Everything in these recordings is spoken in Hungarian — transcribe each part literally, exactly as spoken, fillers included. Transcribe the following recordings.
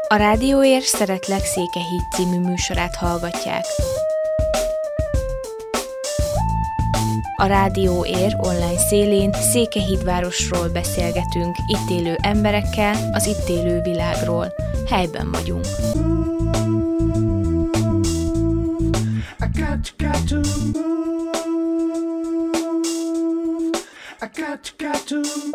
A Rádióér Szeretlek Székelyhíd című műsorát hallgatják. A Rádióér online szélén Székelyhídvárosról beszélgetünk, itt élő emberekkel, az itt élő világról. Helyben vagyunk. I got, got to move. I got, got to move.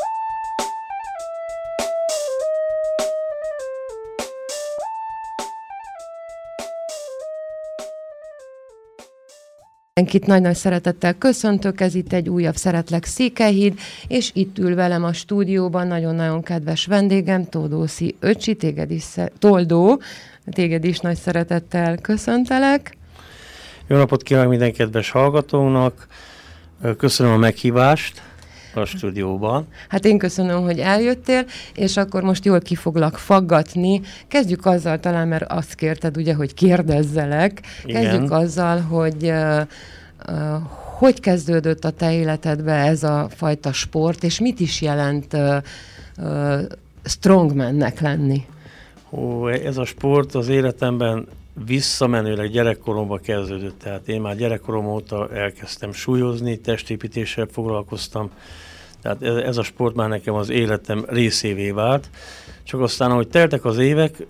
Mindenkit nagy-nagy szeretettel köszöntök, ez itt egy újabb Szeretlek Székelyhíd, és itt ül velem a stúdióban nagyon-nagyon kedves vendégem, Tódósi öcsi, téged is, Toldó, téged is nagy szeretettel köszöntelek. Jó napot kívánok minden kedves hallgatónak, köszönöm a meghívást a stúdióban. Hát én köszönöm, hogy eljöttél, és akkor most jól ki foglak faggatni. Kezdjük azzal talán, mert azt kérted ugye, hogy kérdezzelek. Igen. Kezdjük azzal, hogy uh, uh, hogy kezdődött a te életedbe ez a fajta sport, és mit is jelent uh, uh, strongmannek lenni? Ó, ez a sport az életemben visszamenőleg gyerekkoromban kezdődött, tehát én már gyerekkorom óta elkezdtem súlyozni, testépítéssel foglalkoztam, tehát ez, ez a sport már nekem az életem részévé vált, csak aztán, ahogy teltek az évek,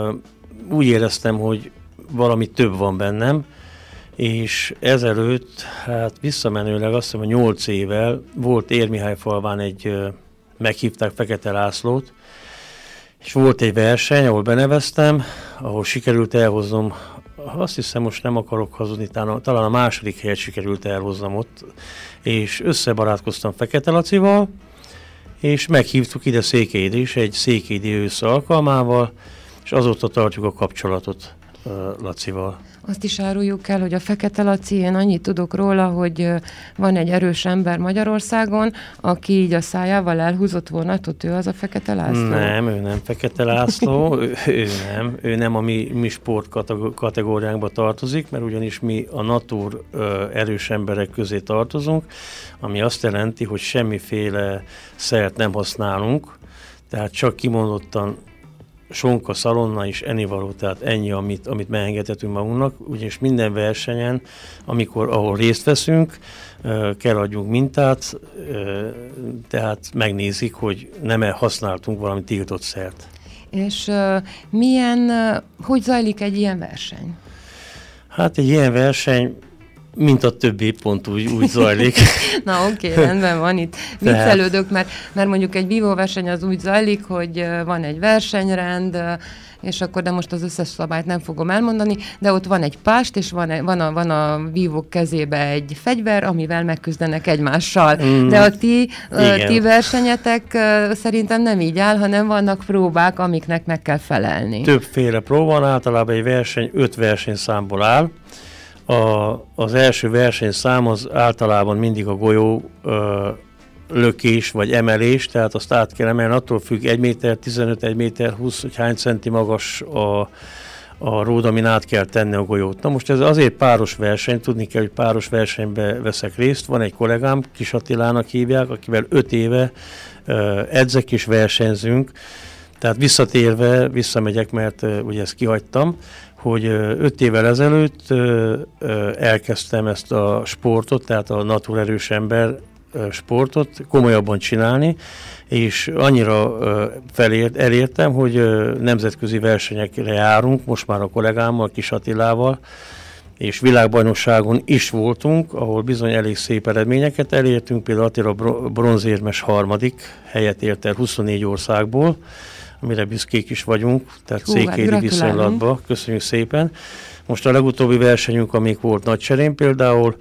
úgy éreztem, hogy valami több van bennem, és ezelőtt, hát visszamenőleg azt hiszem, hogy nyolc évvel volt Érmihályfalván egy, meghívták Fekete Lászlót, és volt egy verseny, ahol beneveztem, ahol sikerült elhoznom, azt hiszem, most nem akarok hazudni, talán a második helyet sikerült elhoznom ott, és összebarátkoztam Fekete Lacival, és meghívtuk ide Székelyhídre is egy székelyhídi ősz alkalmával, és azóta tartjuk a kapcsolatot uh, Lacival. Azt is áruljuk el, hogy a Fekete Laci, én annyit tudok róla, hogy van egy erős ember Magyarországon, aki így a szájával elhúzott vonatot, ő az a Fekete László? Nem, ő nem Fekete László, ő, ő nem, ő nem a mi, mi sport kategóriánkba tartozik, mert ugyanis mi a natur erős emberek közé tartozunk, ami azt jelenti, hogy semmiféle szert nem használunk, tehát csak kimondottan sonka, szalonna és ennivaló, tehát ennyi, amit, amit megengedhetünk magunknak, ugyanis minden versenyen, amikor, ahol részt veszünk, kell adjunk mintát, tehát megnézik, hogy nem használtunk valami tiltott szert. És uh, milyen, uh, hogy zajlik egy ilyen verseny? Hát egy ilyen verseny, mint a többi, pont úgy, úgy zajlik. Na oké, okay, rendben van itt. Viccelődök, mert, mert mondjuk egy vívóverseny az úgy zajlik, hogy van egy versenyrend, és akkor, de most az összes szabályt nem fogom elmondani, de ott van egy pást, és van, van, a, van a vívók kezébe egy fegyver, amivel megküzdenek egymással. Mm, de a ti, ti versenyetek szerintem nem így áll, hanem vannak próbák, amiknek meg kell felelni. Többféle próba, általában egy verseny öt versenyszámból áll. A, az első versenyszám az általában mindig a golyó ö, lökés vagy emelés, tehát azt át kell emelni, attól függ egy méter tizenöt, egy méter húsz, hogy hány centi magas a, a ród, amin át kell tenni a golyót. Na most ez azért páros verseny, tudni kell, hogy páros versenybe veszek részt. Van egy kollégám, Kis Attilának hívják, akivel öt éve ö, edzek és versenyzünk, tehát visszatérve, visszamegyek, mert ö, ugye ezt kihagytam, hogy öt évvel ezelőtt ö, ö, elkezdtem ezt a sportot, tehát a naturerős ember ö, sportot komolyabban csinálni, és annyira ö, felért, elértem, hogy ö, nemzetközi versenyekre járunk, most már a kollégámmal, Kis Attilával, és világbajnokságon is voltunk, ahol bizony elég szép eredményeket elértünk, például Attila bronzérmes harmadik helyet ért el huszonnégy országból, amire büszkék is vagyunk, tehát székelyhídi viszonylatban. Köszönjük szépen. Most a legutóbbi versenyünk, amik volt Nagycserén például,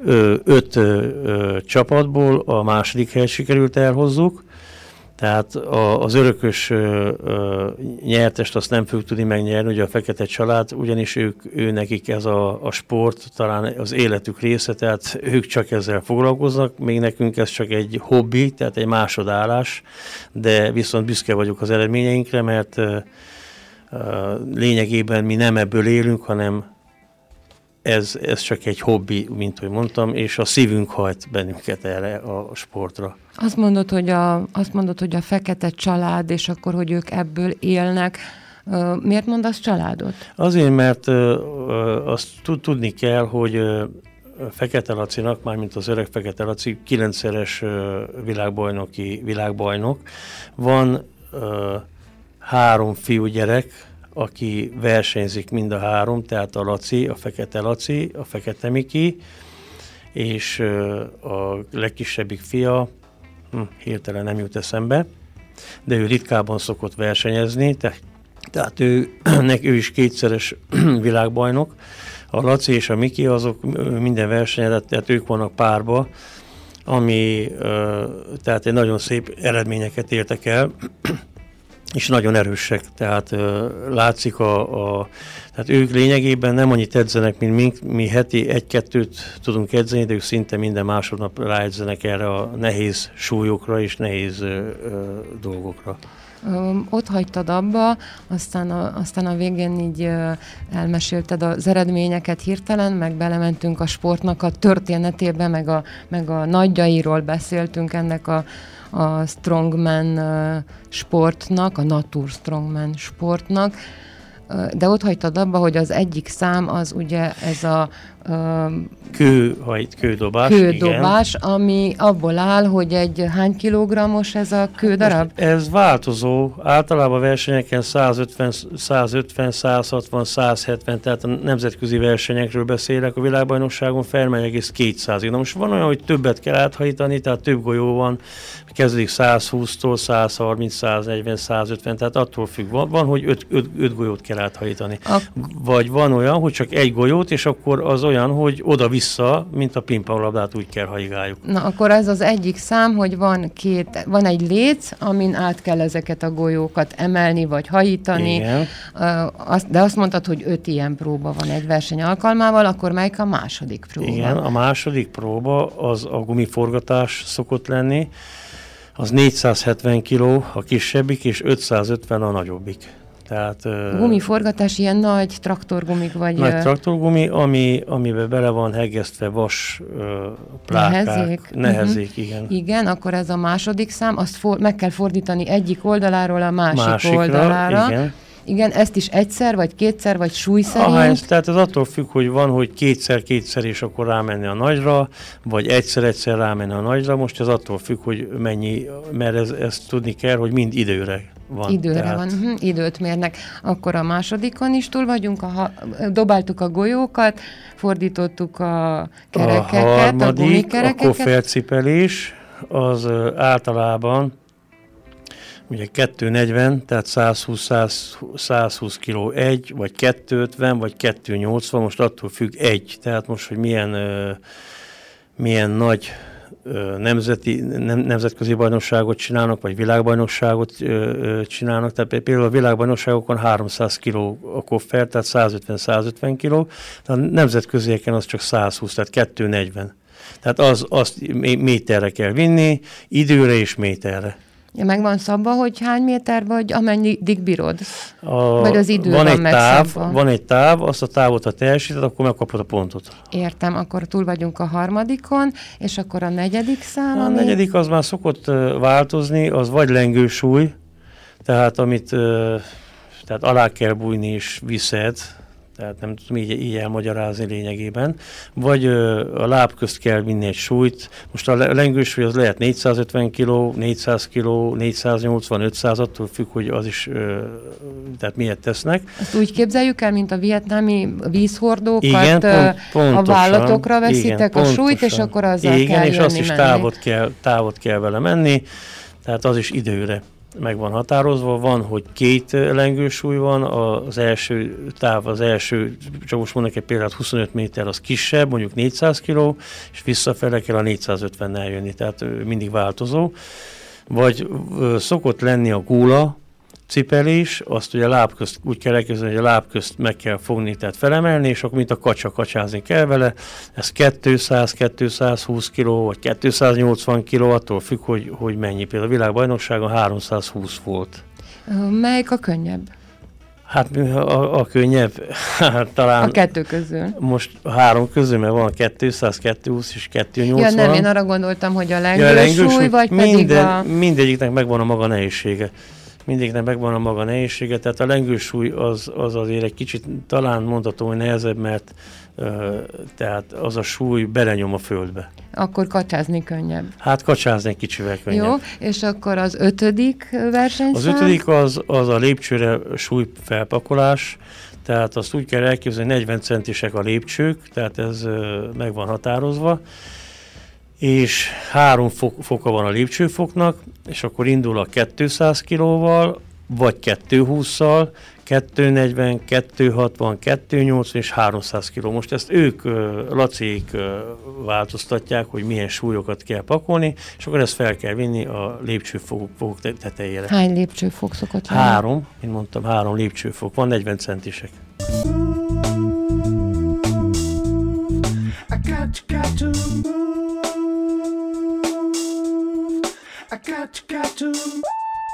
öt ö, ö, csapatból a második helyet sikerült elhozzuk, tehát a, az örökös ö, ö, nyertest azt nem fogjuk tudni megnyerni, ugye a Fekete család, ugyanis ők, ő nekik ez a, a sport talán az életük része, tehát ők csak ezzel foglalkoznak, még nekünk ez csak egy hobbi, tehát egy másodállás, de viszont büszke vagyok az eredményeinkre, mert ö, ö, lényegében mi nem ebből élünk, hanem ez, ez csak egy hobbi, mint hogy mondtam, és a szívünk hajt bennünket erre a sportra. Azt mondod, hogy a, azt mondod, hogy a Fekete család, és akkor, hogy ők ebből élnek. Miért mondasz családot? Azért, mert azt tudni kell, hogy Fekete Lacinak, mármint az öreg Fekete Laci, kilencszeres világbajnoki világbajnok. Van három fiúgyerek, aki versenyzik mind a három, tehát a Laci, a Fekete Laci, a Fekete Miki, és a legkisebbik fia, hm, hirtelen nem jut eszembe, de ő ritkában szokott versenyezni, te, tehát ő, neki, ő is kétszeres világbajnok. A Laci és a Miki azok minden versenyen, tehát ők vannak párba, ami tehát egy nagyon szép eredményeket értek el, és nagyon erősek, tehát uh, látszik a, a, tehát ők lényegében nem annyit edzenek, mint mi, mi heti egy-kettőt tudunk edzeni, de ők szinte minden másodnap ráedzenek erre a nehéz súlyokra és nehéz uh, uh, dolgokra. Ö, ott hagytad abba, aztán a, aztán a végén így ö, elmesélted az eredményeket hirtelen, meg belementünk a sportnak a történetébe, meg a, meg a nagyjairól beszéltünk ennek a a strongman sportnak, a natur strongman sportnak, de ott hagytad abba, hogy az egyik szám az ugye ez a Kő, hajt, kődobás, kődobás, igen. Ami abból áll, hogy egy hány kilogrammos ez a kődarab? Most ez változó, általában versenyeken százötven, százötven, százhatvan, százhetven, tehát a nemzetközi versenyekről beszélek, a világbajnokságon felmegy egész kétszázig. Na most van olyan, hogy többet kell áthajítani, tehát több golyó van, kezdődik százhúsztól százharminc, száznegyven, százötven, tehát attól függ. Van, van hogy öt golyót kell áthajítani. A... Vagy van olyan, hogy csak egy golyót, és akkor az olyan, hogy oda-vissza, mint a pingponglabdát úgy kell hajigáljuk. Na, akkor ez az egyik szám, hogy van két, van egy léc, amin át kell ezeket a golyókat emelni, vagy hajítani. Igen. De azt mondtad, hogy öt ilyen próba van egy verseny alkalmával, akkor melyik a második próba? Igen, a második próba az a gumiforgatás szokott lenni, az négyszázhetven kiló a kisebbik, és ötszázötven a nagyobbik. Tehát, gumiforgatás, ilyen nagy traktorgumik, vagy... Nagy traktorgumi, ami, amiben bele van hegesztve vas uh, plákák. Nehezék. Nehezék, uh-huh. igen. Igen, akkor ez a második szám, azt for, meg kell fordítani egyik oldaláról a másik Másikra, oldalára. Igen. Igen, ezt is egyszer, vagy kétszer, vagy súly szerint? Aha, ez, tehát ez attól függ, hogy van, hogy kétszer-kétszer és akkor rámenni a nagyra, vagy egyszer-egyszer rámenni a nagyra. Most ez attól függ, hogy mennyi, mert ez, ezt tudni kell, hogy mind időre van. Időre tehát... van, uh-huh. Időt mérnek. Akkor a másodikon is túl vagyunk, a ha- dobáltuk a golyókat, fordítottuk a kerekeket, a, harmadik, a gumikerekeket. A koffercipelés, az uh, általában ugye kettőszáznegyven, tehát százhúsz, százhúsz kiló egy, vagy kétszázötven, vagy kétszáznyolcvan, most attól függ egy. Tehát most, hogy milyen, uh, milyen nagy uh, nemzeti, nem, nemzetközi bajnokságot csinálnak, vagy világbajnokságot uh, csinálnak. Tehát például a világbajnokságokon háromszáz kiló a koffer, tehát százötven-százötven kiló, de a nemzetközieken az csak százhúsz, tehát kétszáznegyven. Tehát az, azt méterre kell vinni, időre és méterre. Ja, meg van szabva, hogy hány méter vagy, amennyidig bírod? A, vagy az idő van, van egy megszabva? táv, van egy táv, azt a távot, ha teljesíted, akkor megkapod a pontot. Értem, akkor túl vagyunk a harmadikon, és akkor a negyedik szám, A ami... negyedik az már szokott uh, változni, az vagy lengősúly, tehát amit uh, tehát alá kell bújni és viszed, tehát nem tudom így, így elmagyarázni lényegében, vagy ö, a láb közt kell vinni egy súlyt. Most a lengősúly az lehet négyszázötven kiló, négyszáz kiló, négyszáznyolcvan, ötszáz, attól függ, hogy az is, ö, tehát miért tesznek. Ezt úgy képzeljük el, mint a vietnámi vízhordókat, igen, pont, pontosan, a vállatokra veszitek igen, a súlyt, és akkor azzal igen, kell és jönni, azt is menni. távot kell, távot kell vele menni, tehát az is időre meg van határozva, van, hogy két lengősúly van, az első táv, az első, csak most mondok egy példát, huszonöt méter, az kisebb, mondjuk négyszáz kiló, és visszafele kell a négyszázötvennel jönni, tehát mindig változó. Vagy szokott lenni a gúla cipelés, azt ugye a láb közt úgy kell elkezdeni, hogy a láb közt meg kell fogni, tehát felemelni, és akkor mint a kacsa kacsázni kell vele. Ez kétszáz-kétszázhúsz kiló, vagy kétszáznyolcvan kiló, attól függ, hogy, hogy mennyi. Például a világbajnokságon háromszázhúsz volt. Melyik a könnyebb? Hát a, a könnyebb, talán... A kettő közül. Most a három közül, mert van a kétszáz, kétszázhúsz és kétszáznyolcvan. Ja nem, én arra gondoltam, hogy a lengősúly, ja, lengősúly vagy minden, pedig a... Mindegyiknek megvan a maga nehézsége. mindegyiknek megvan a maga nehézsége, tehát a lengősúly az, az azért egy kicsit talán mondhatom, hogy nehezebb, mert ö, tehát az a súly belenyom a földbe. Akkor kacsázni könnyebb. Hát kacsázni egy kicsivel könnyebb. Jó, és akkor az ötödik versenyszám? Az ötödik az, az a lépcsőre súly felpakolás, tehát azt úgy kell elképzelni, negyven centisek a lépcsők, tehát ez ö, meg van határozva, és három fok, foka van a lépcsőfoknak, és akkor indul a kétszáz kilóval, vagy kétszázhússzal, kétszáznegyven, kétszázhatvan, kétszáznyolcvan és háromszáz kiló. Most ezt ők, Lacék változtatják, hogy milyen súlyokat kell pakolni, és akkor ezt fel kell vinni a lépcsőfokok tetejére. Hány lépcsőfok szokott lenni? Három, mint mondtam, három lépcsőfok, van negyven centisek. I got you, got to move. I got you, got to move.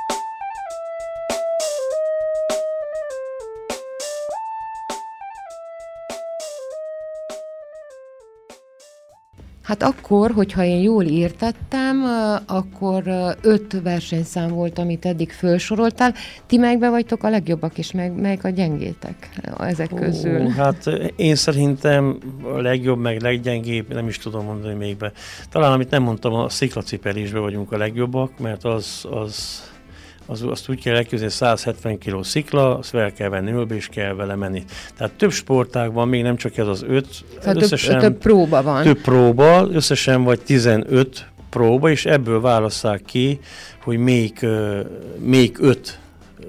Hát akkor, hogyha én jól értettem, akkor öt versenyszám volt, amit eddig felsoroltál. Ti melyikbe vagytok a legjobbak, és meg, melyik a gyengétek ezek közül? Ó, hát én szerintem a legjobb, meg leggyengébb, nem is tudom mondani melyikbe. Talán, amit nem mondtam, a sziklacipelésbe vagyunk a legjobbak, mert az... az Az, azt úgy kell elképzelni, száz hetven kiló szikla, azt fel kell venni ülbe, és kell vele menni. Tehát több sportág van, még nem csak ez az öt. Tehát több, több próba van. Több próba, összesen vagy tizenöt próba, és ebből válasszák ki, hogy melyik, melyik öt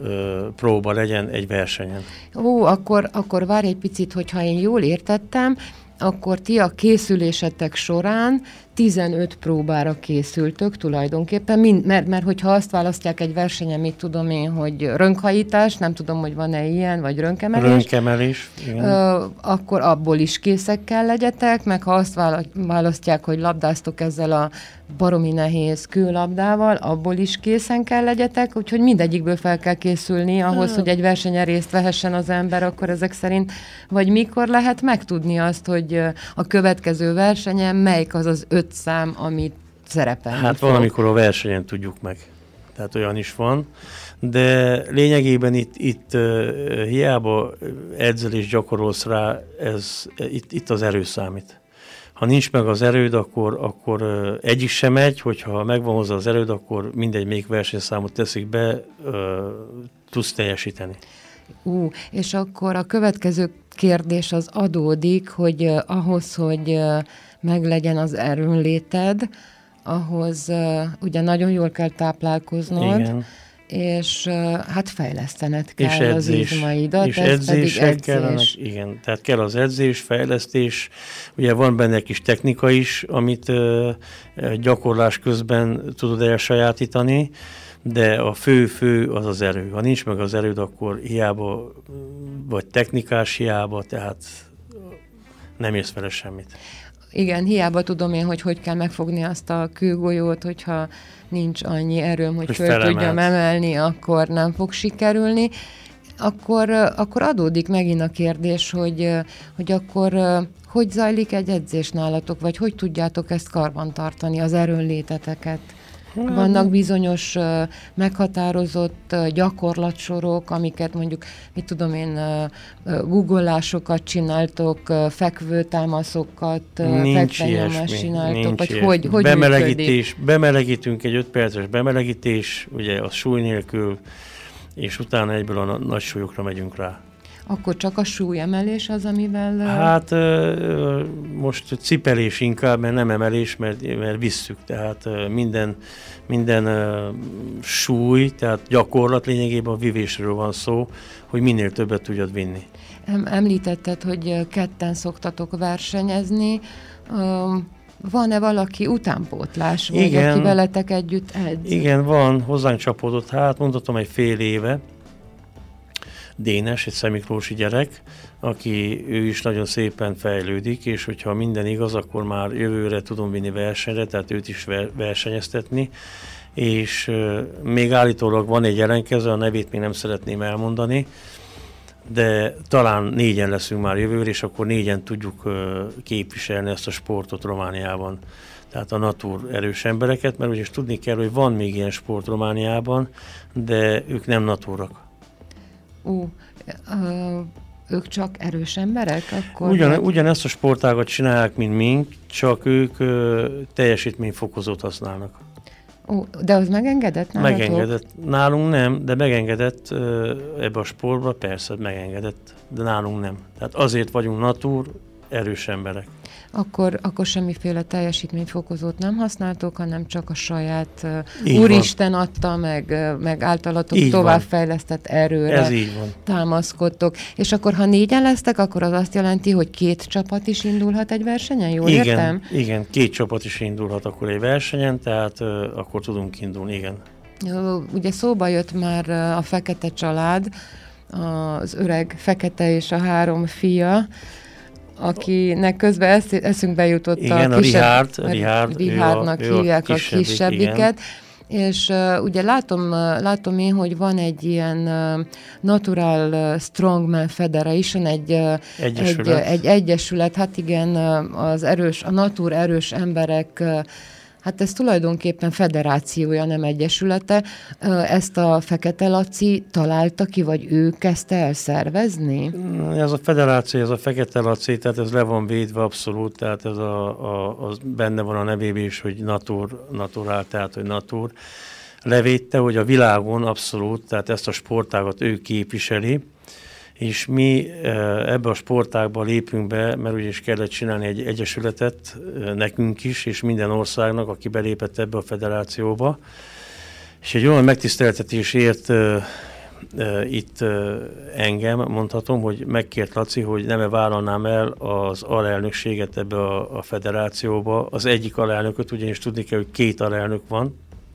próba legyen egy versenyen. Ó, akkor, akkor várj egy picit, hogyha én jól értettem, akkor ti a készülésetek során tizenöt próbára készültök tulajdonképpen, mind, mert, mert hogyha azt választják egy versenyen, mit tudom én, hogy rönkhajítás, nem tudom, hogy van-e ilyen, vagy rönkemelés. Rönkemelés, igen. Ö, akkor abból is készek kell legyetek, meg ha azt választják, hogy labdáztok ezzel a baromi nehéz kőlabdával, abból is készen kell legyetek, úgyhogy mindegyikből fel kell készülni ahhoz, hogy egy versenyen részt vehessen az ember, akkor ezek szerint, vagy mikor lehet megtudni azt, hogy a következő versenyen melyik az az öt szám, amit szerepelni Hát fog. valamikor a versenyen tudjuk meg. Tehát olyan is van. De lényegében itt, itt uh, hiába edzel és gyakorolsz rá, ez, itt, itt az erő számít. Ha nincs meg az erőd, akkor, akkor uh, egyik sem megy, hogyha megvan hozzá az erőd, akkor mindegy, melyik versenyszámot teszik be, uh, tudsz teljesíteni. Ú, és akkor a következő kérdés az adódik, hogy uh, ahhoz, hogy uh, meglegyen az erőnléted, ahhoz uh, ugye nagyon jól kell táplálkoznod, Igen. és uh, hát fejlesztened kell és edzés, az izmaidat, és ez pedig edzés. Kellenek, igen, tehát kell az edzés, fejlesztés, ugye van benne egy kis technika is, amit uh, gyakorlás közben tudod elsajátítani, de a fő-fő az az erő. Ha nincs meg az erőd, akkor hiába, vagy technikás hiába, tehát nem érsz vele semmit. Igen, hiába tudom én, hogy hogy kell megfogni azt a kőgolyót, hogyha nincs annyi erőm, hogy, hogy föl felemelt. Tudjam emelni, akkor nem fog sikerülni. Akkor, akkor adódik megint a kérdés, hogy, hogy akkor hogy zajlik egy edzés nálatok, vagy hogy tudjátok ezt karbantartani, az erőnléteteket? Vannak bizonyos uh, meghatározott uh, gyakorlatsorok, amiket mondjuk, mit tudom én, uh, uh, googleásokat csináltok, uh, fekvőtámaszokat, uh, fekvenyomást csináltok, vagy ilyesmi. hogy, hogy bemelegítés, bemelegítünk egy öt perces bemelegítés, ugye a súly nélkül, és utána egyből a nagy súlyokra megyünk rá. Akkor csak a súlyemelés az, amivel... Hát most cipelés inkább, mert nem emelés, mert, mert visszük. Tehát minden, minden súly, tehát gyakorlat lényegében a vivésről van szó, hogy minél többet tudjad vinni. Említetted, hogy ketten szoktatok versenyezni. Van-e valaki utánpótlás, vagy igen, aki veletek együtt edz? Igen, van, hozzánk csapódott, hát mondhatom egy fél éve, Dénes, egy szemiklósi gyerek, aki ő is nagyon szépen fejlődik, és hogyha minden igaz, akkor már jövőre tudom vinni versenyre, tehát őt is versenyeztetni, és uh, még állítólag van egy jelentkező, a nevét még nem szeretném elmondani, de talán négyen leszünk már jövőre, és akkor négyen tudjuk uh, képviselni ezt a sportot Romániában. tehát a natur erős embereket, mert úgyis tudni kell, hogy van még ilyen sport Romániában, de ők nem natúrak. Ú, uh, ők csak erős emberek? Akkor Ugyan, meg... ugyanezt a sportágat csinálják, mint mink, csak ők uh, teljesítményfokozót használnak. Ó, de az megengedett nálatok? Megengedett. Nálunk nem, de megengedett uh, ebbe a sportba, persze megengedett, de nálunk nem. Tehát azért vagyunk natúr, erős emberek. Akkor, akkor semmiféle teljesítményfokozót nem használtok, hanem csak a saját így Úristen van. Adta, meg, meg általatok így továbbfejlesztett erőre Ez így van. támaszkodtok. És akkor, ha négyen lesztek, akkor az azt jelenti, hogy két csapat is indulhat egy versenyen? Jól igen, értem? Igen, két csapat is indulhat akkor egy versenyen, tehát uh, akkor tudunk indulni, igen. Ugye szóba jött már a Fekete család, az öreg Fekete és a három fia, akinek közben esz, eszünkbe jutott igen, a kisebb... Richard, Richard, Richardnak ő a, hívják ő a, a kisebbiket. És uh, ugye látom, uh, látom én, hogy van egy ilyen uh, Natural uh, Strongman Federation, egy, uh, egyesület. egy, egy egyesület, hát igen, uh, az erős, a natur erős emberek, uh, hát ez tulajdonképpen federációja, nem egyesülete. Uh, ezt a Fekete Laci találta ki, vagy ő kezdte el szervezni? Ez a federáció, ez a Fekete Laci, tehát ez le van védve abszolút, tehát ez a, a, az benne van a nevében is, hogy natur, naturál, tehát hogy natur. Levédte, hogy a világon abszolút, tehát ezt a sportágat ő képviseli, és mi ebbe a sportágba lépünk be, mert úgyis kellett csinálni egy egyesületet nekünk is, és minden országnak, aki belépett ebbe a federációba. És egy olyan megtiszteltetés ért uh, uh, itt uh, engem, mondhatom, hogy megkért Laci, hogy nem vállalnám el az alelnökséget ebbe a, a federációba. Az egyik alelnököt, ugyanis tudni kell, hogy két alelnök van,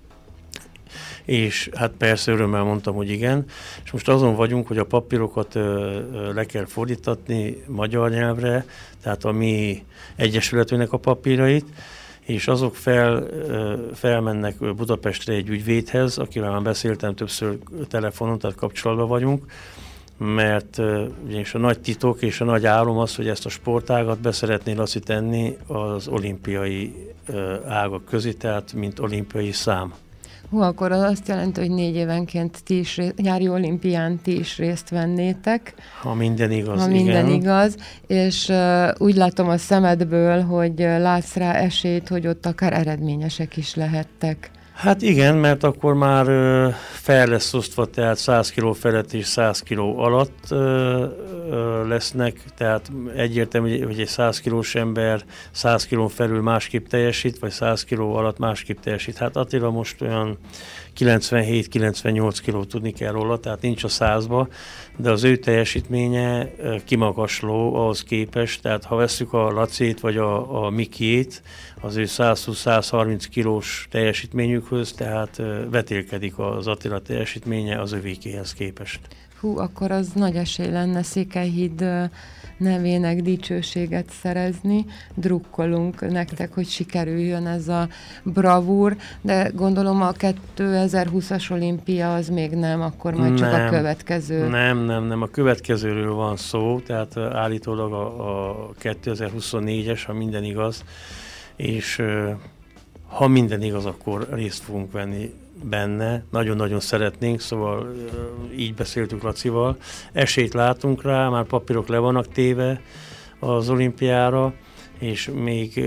és hát persze örömmel mondtam, hogy igen, és most azon vagyunk, hogy a papírokat ö, ö, le kell fordítatni magyar nyelvre, tehát a mi egyesületünknek a papírait, és azok fel, ö, felmennek Budapestre egy ügyvédhez, akivel már beszéltem többször telefonon, tehát kapcsolatban vagyunk, mert ö, ugyanis a nagy titok és a nagy álom az, hogy ezt a sportágat beszeretné Laci tenni az olimpiai ö, ágak közé, tehát mint olimpiai szám. Hú, akkor az azt jelenti, hogy négy évenként ti is ré... nyári olimpián ti is részt vennétek. Ha minden igaz, Ha igen. minden igaz, és uh, úgy látom a szemedből, hogy uh, látsz rá esélyt, hogy ott akár eredményesek is lehettek. Hát igen, mert akkor már ö, fel lesz osztva, tehát száz kiló felett és száz kiló alatt ö, ö, lesznek, tehát egyértelmű, hogy egy száz kilós ember száz kilón felül másképp teljesít, vagy száz kiló alatt másképp teljesít. Hát Attila most olyan kilencvenhét-kilencvennyolc kilót tudni kell róla, tehát nincs a százba, de az ő teljesítménye kimagasló ahhoz képest, tehát ha vesszük a Lacét vagy a, a Mikiét, az ő százhúsz-százharminc kilós teljesítményükhöz, tehát vetélkedik az Attila teljesítménye az övékéhez képest. Hú, akkor az nagy esély lenne Székelyhíd nevének dicsőséget szerezni. Drukkolunk nektek, hogy sikerüljön ez a bravúr, de gondolom a kétezer-húszas olimpia az még nem, akkor majd nem, csak a következő. Nem, nem, nem, a következőről van szó, tehát állítólag a, a kétezer-huszonnégyes, ha minden igaz, és ha minden igaz, akkor részt fogunk venni benne. Nagyon-nagyon szeretnénk, szóval így beszéltük Lacival. Esélyt látunk rá, már papírok le vannak téve az olimpiára, és még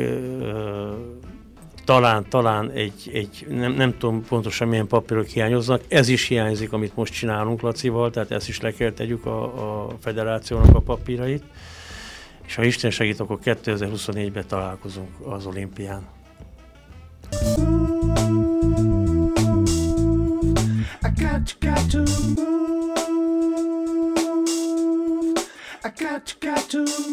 talán, talán egy, egy nem, nem tudom pontosan milyen papírok hiányoznak. Ez is hiányzik, amit most csinálunk Lacival, tehát ezt is le kell tegyük a, a federációnak a papírait. És ha Isten segít, akkor kétezer-huszonnégyben találkozunk az olimpián. I got you, got to move. I got you, got to move.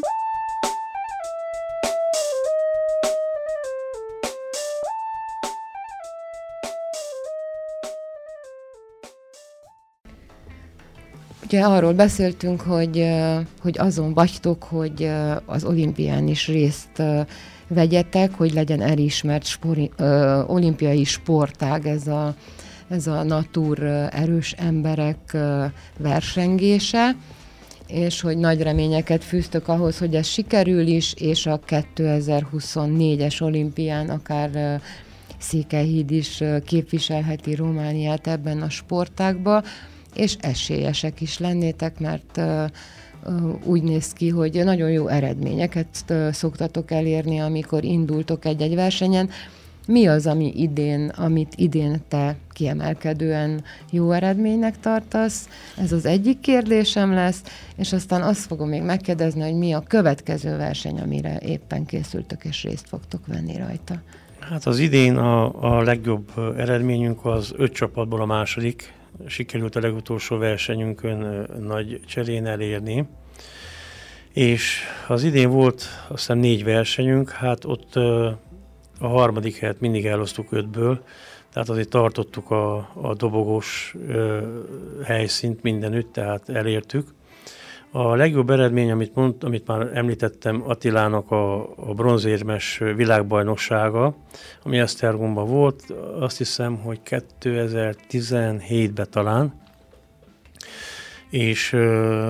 Ugye arról beszéltünk, hogy, hogy azon vagytok, hogy az olimpián is részt vegyetek, hogy legyen elismert spori, ö, olimpiai sportág ez a, ez a natur erős emberek versengése, és hogy nagy reményeket fűztök ahhoz, hogy ez sikerül is, és a kétezer-huszonnégyes olimpián akár Székelyhíd is képviselheti Romániát ebben a sportágban, és esélyesek is lennétek, mert úgy néz ki, hogy nagyon jó eredményeket szoktatok elérni, amikor indultok egy-egy versenyen. Mi az, ami idén, amit idén te kiemelkedően jó eredménynek tartasz? Ez az egyik kérdésem lesz, és aztán azt fogom még megkérdezni, hogy mi a következő verseny, amire éppen készültök és részt fogtok venni rajta. Hát az idén a, a legjobb eredményünk az öt csapatból a második. Sikerült a legutolsó versenyünkön nagy cserén elérni. És az idén volt azt hiszem négy versenyünk, hát ott a harmadik helyet mindig elosztuk ötből, tehát azért tartottuk a, a dobogós ö, helyszínt mindenütt, tehát elértük. A legjobb eredmény, amit, mond, amit már említettem, Attilának a, a bronzérmes világbajnoksága, ami Esztergomban volt, azt hiszem, hogy kétezer-tizenhétben talán, és ö,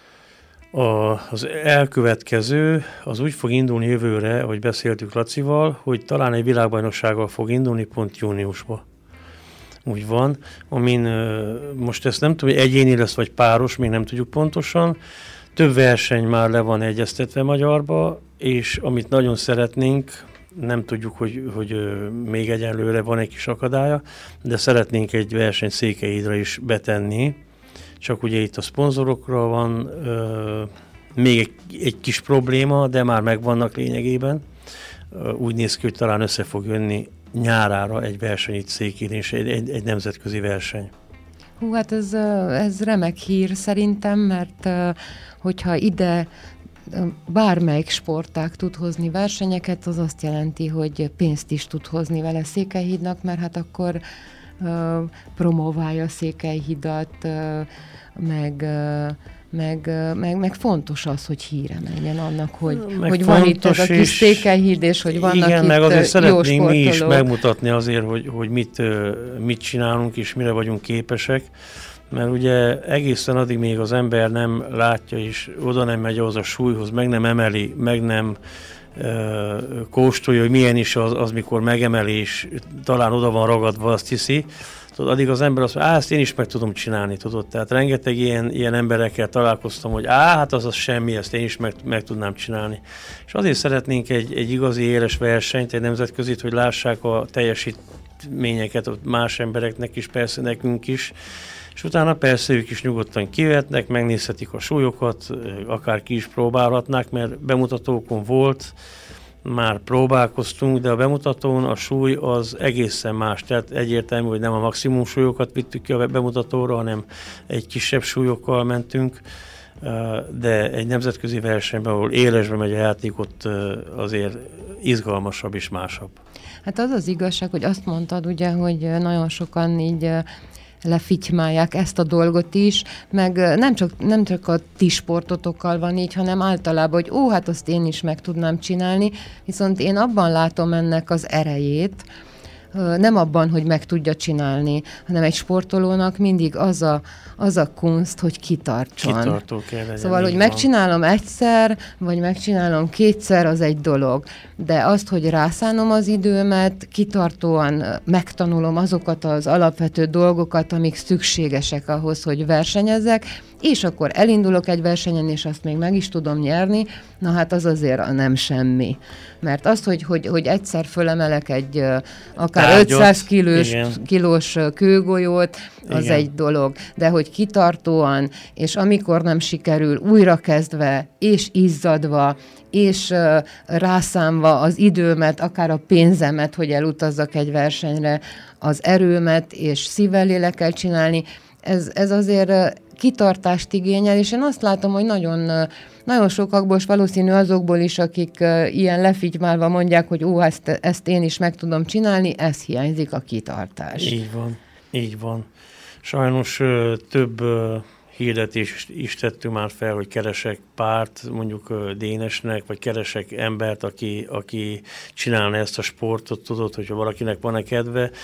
A, az elkövetkező, az úgy fog indulni jövőre, ahogy beszéltük Lacival, hogy talán egy világbajnoksággal fog indulni pont júniusba. Úgy van, amin most ezt nem tudom, hogy egyéni lesz vagy páros, még nem tudjuk pontosan. Több verseny már le van egyeztetve magyarba, és amit nagyon szeretnénk, nem tudjuk, hogy, hogy még egyenlőre van egy kis akadálya, de szeretnénk egy versenyt Székelyhídra is betenni. Csak ugye itt a szponzorokra van ö, még egy, egy kis probléma, de már megvannak lényegében. Ö, úgy néz ki, hogy talán össze fog jönni nyárára egy verseny itt Székelyhídon, és egy, egy, egy nemzetközi verseny. Hú, hát ez, ez remek hír szerintem, mert hogyha ide bármelyik sportág tud hozni versenyeket, az azt jelenti, hogy pénzt is tud hozni vele Székelyhídnak, mert hát akkor Uh, promoválja Székelyhidat, uh, meg, uh, meg, uh, meg, meg fontos az, hogy híre menjen annak, hogy, hogy van itt ez a kis Székelyhíd, és hogy vannak igen, itt meg azért jó szeretnénk sportolók. mi is megmutatni azért, hogy, hogy mit, mit csinálunk, és mire vagyunk képesek, mert ugye egészen addig még az ember nem látja, és oda nem megy az a súlyhoz, meg nem emeli, meg nem kóstolja, hogy milyen is az, az mikor megemelés, talán oda van ragadva, azt hiszi. Tudod, addig az ember azt mondja, á, ezt én is meg tudom csinálni, tudod. Tehát rengeteg ilyen, ilyen emberekkel találkoztam, hogy á, hát az az semmi, ezt én is meg, meg tudnám csinálni. És azért szeretnénk egy, egy igazi éles versenyt, egy nemzetközit, hogy lássák a teljesítményeket más embereknek is, persze nekünk is. És utána persze ők is nyugodtan kivetnek, megnézhetik a súlyokat, akár ki is próbálhatnák, mert bemutatókon volt, már próbálkoztunk, de a bemutatón a súly az egészen más. Tehát egyértelmű, hogy nem a maximum súlyokat vittük ki a bemutatóra, hanem egy kisebb súlyokkal mentünk, de egy nemzetközi versenyben, ahol élesbe megy a játék, ott azért izgalmasabb és másabb. Hát az az igazság, hogy azt mondtad ugye, hogy nagyon sokan így lefitymálják ezt a dolgot is, meg nem csak, nem csak a ti sportotokkal van így, hanem általában, hogy ó, hát azt én is meg tudnám csinálni, viszont én abban látom ennek az erejét, nem abban, hogy meg tudja csinálni, hanem egy sportolónak mindig az a, az a kunst, hogy kitartson. Kitartó kell legyen. Szóval, hogy megcsinálom egyszer, vagy megcsinálom kétszer, az egy dolog. De azt, hogy rászánom az időmet, kitartóan megtanulom azokat az alapvető dolgokat, amik szükségesek ahhoz, hogy versenyezzek, és akkor elindulok egy versenyen, és azt még meg is tudom nyerni, na hát az azért a nem semmi. Mert az, hogy, hogy, hogy egyszer fölemelek egy akár Tárgyat, ötszáz kilós, kilós kőgolyót, az igen. Egy dolog. De hogy kitartóan, és amikor nem sikerül, újra kezdve, és izzadva, és uh, rászámva az időmet, akár a pénzemet, hogy elutazzak egy versenyre, az erőmet, és szívvel lélekkel csinálni, ez, ez azért uh, kitartást igényel, és én azt látom, hogy nagyon, nagyon sokakból, és valószínű azokból is, akik uh, ilyen lefitymálva mondják, hogy ó, ezt, ezt én is meg tudom csinálni, ez hiányzik, a kitartás. Így van, így van. Sajnos uh, több uh, hirdetést is tettünk már fel, hogy keresek párt, mondjuk uh, Dénesnek, vagy keresek embert, aki, aki csinálna ezt a sportot, tudod, hogyha valakinek van-e kedve.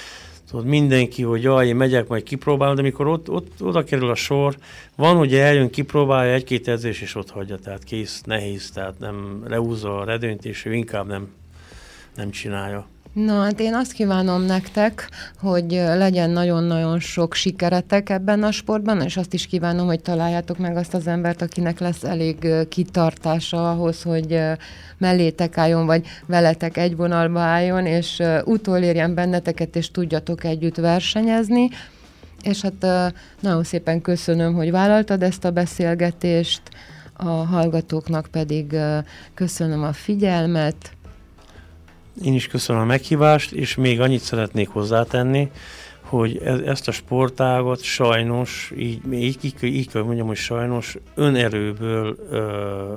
tudod, mindenki, hogy jaj, én megyek, majd kipróbálom, de amikor ott, ott oda kerül a sor, van, hogy eljön, kipróbálja egy-két edzés, és ott hagyja, tehát kész, nehéz, tehát nem leúzza a redőnyt, és ő inkább nem, nem csinálja. Na, hát én azt kívánom nektek, hogy legyen nagyon-nagyon sok sikeretek ebben a sportban, és azt is kívánom, hogy találjátok meg azt az embert, akinek lesz elég kitartása ahhoz, hogy mellétek álljon, vagy veletek egy vonalba álljon, és utolérjen benneteket, és tudjatok együtt versenyezni. És hát nagyon szépen köszönöm, hogy vállaltad ezt a beszélgetést, a hallgatóknak pedig köszönöm a figyelmet. Én is köszönöm a meghívást, és még annyit szeretnék hozzátenni, hogy ez, ezt a sportágat sajnos, így, így, így, így kell mondjam, hogy sajnos önerőből ö,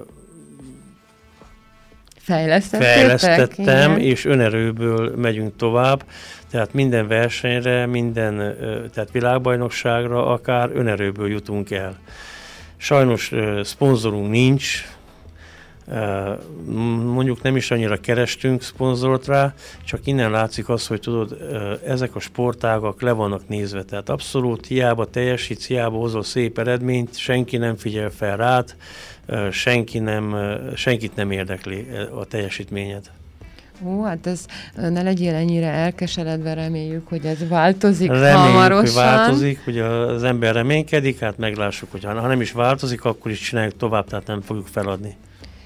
fejlesztettem, igen. És önerőből megyünk tovább, tehát minden versenyre, minden ö, tehát világbajnokságra akár önerőből jutunk el. Sajnos ö, szponzorunk nincs, mondjuk nem is annyira kerestünk szponzort rá, csak innen látszik az, hogy tudod, ezek a sportágak le vannak nézve, tehát abszolút hiába teljesítsz, hiába hozol szép eredményt, senki nem figyel fel rád, senki nem, senkit nem érdekli a teljesítményed. Ó, hát ez ne legyél ennyire elkeseredve, reméljük, hogy ez változik reméljük, hamarosan. hogy változik, hogy az ember reménykedik, hát meglássuk, hogy ha nem is változik, akkor is csináljuk tovább, tehát nem fogjuk feladni.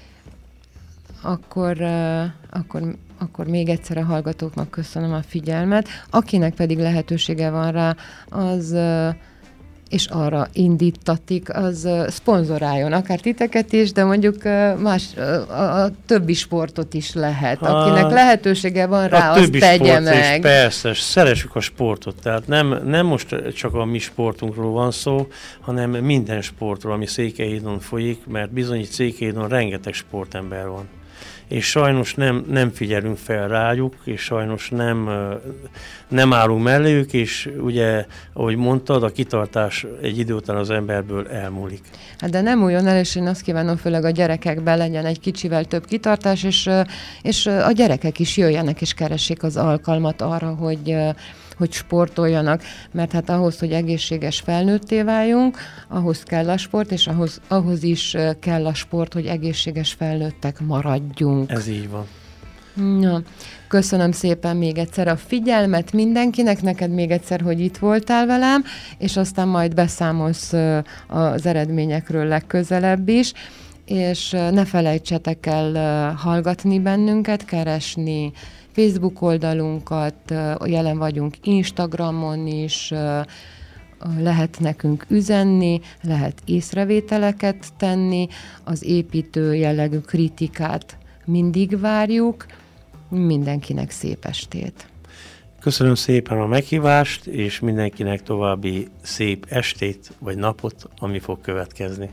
Akkor, uh, akkor, akkor még egyszer a hallgatóknak köszönöm a figyelmet. Akinek pedig lehetősége van rá, az, uh, és arra indítatik, az uh, szponzoráljon, akár titeket is, de mondjuk uh, más, uh, a, a többi sportot is lehet. Akinek a, lehetősége van rá, azt tegye meg. Is, persze, szeressük a sportot. Tehát nem, nem most csak a mi sportunkról van szó, hanem minden sportról, ami Székelyhídon folyik, mert bizony itt Székelyhídon rengeteg sportember van. És sajnos nem, nem figyelünk fel rájuk, és sajnos nem, nem állunk melléjük, és ugye, ahogy mondtad, a kitartás egy idő után az emberből elmúlik. Hát de nem újon el, és én azt kívánom, főleg a gyerekekben legyen egy kicsivel több kitartás, és, és a gyerekek is jöjjenek és keressék az alkalmat arra, hogy hogy sportoljanak, mert hát ahhoz, hogy egészséges felnőtté váljunk, ahhoz kell a sport, és ahhoz, ahhoz is kell a sport, hogy egészséges felnőttek maradjunk. Ez így van. Ja. Köszönöm szépen még egyszer a figyelmet mindenkinek, neked még egyszer, hogy itt voltál velem, és aztán majd beszámolsz az eredményekről legközelebb is, és ne felejtsetek el hallgatni bennünket, keresni Facebook oldalunkat, jelen vagyunk Instagramon is, lehet nekünk üzenni, lehet észrevételeket tenni, az építő jellegű kritikát mindig várjuk, mindenkinek szép estét. Köszönöm szépen a meghívást, és mindenkinek további szép estét vagy napot, ami fog következni.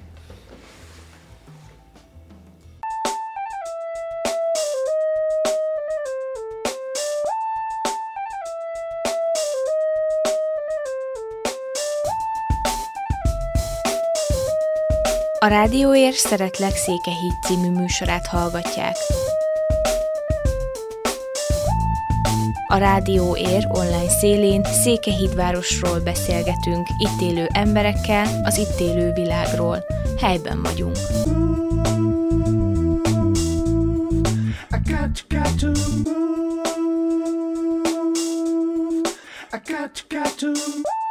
A Rádióér Szeretlek Székelyhíd című műsorát hallgatják. A Rádióér online szélén Székelyhídvárosról beszélgetünk, itt élő emberekkel, az itt élő világról. Helyben vagyunk. I got, got to move. I got, got to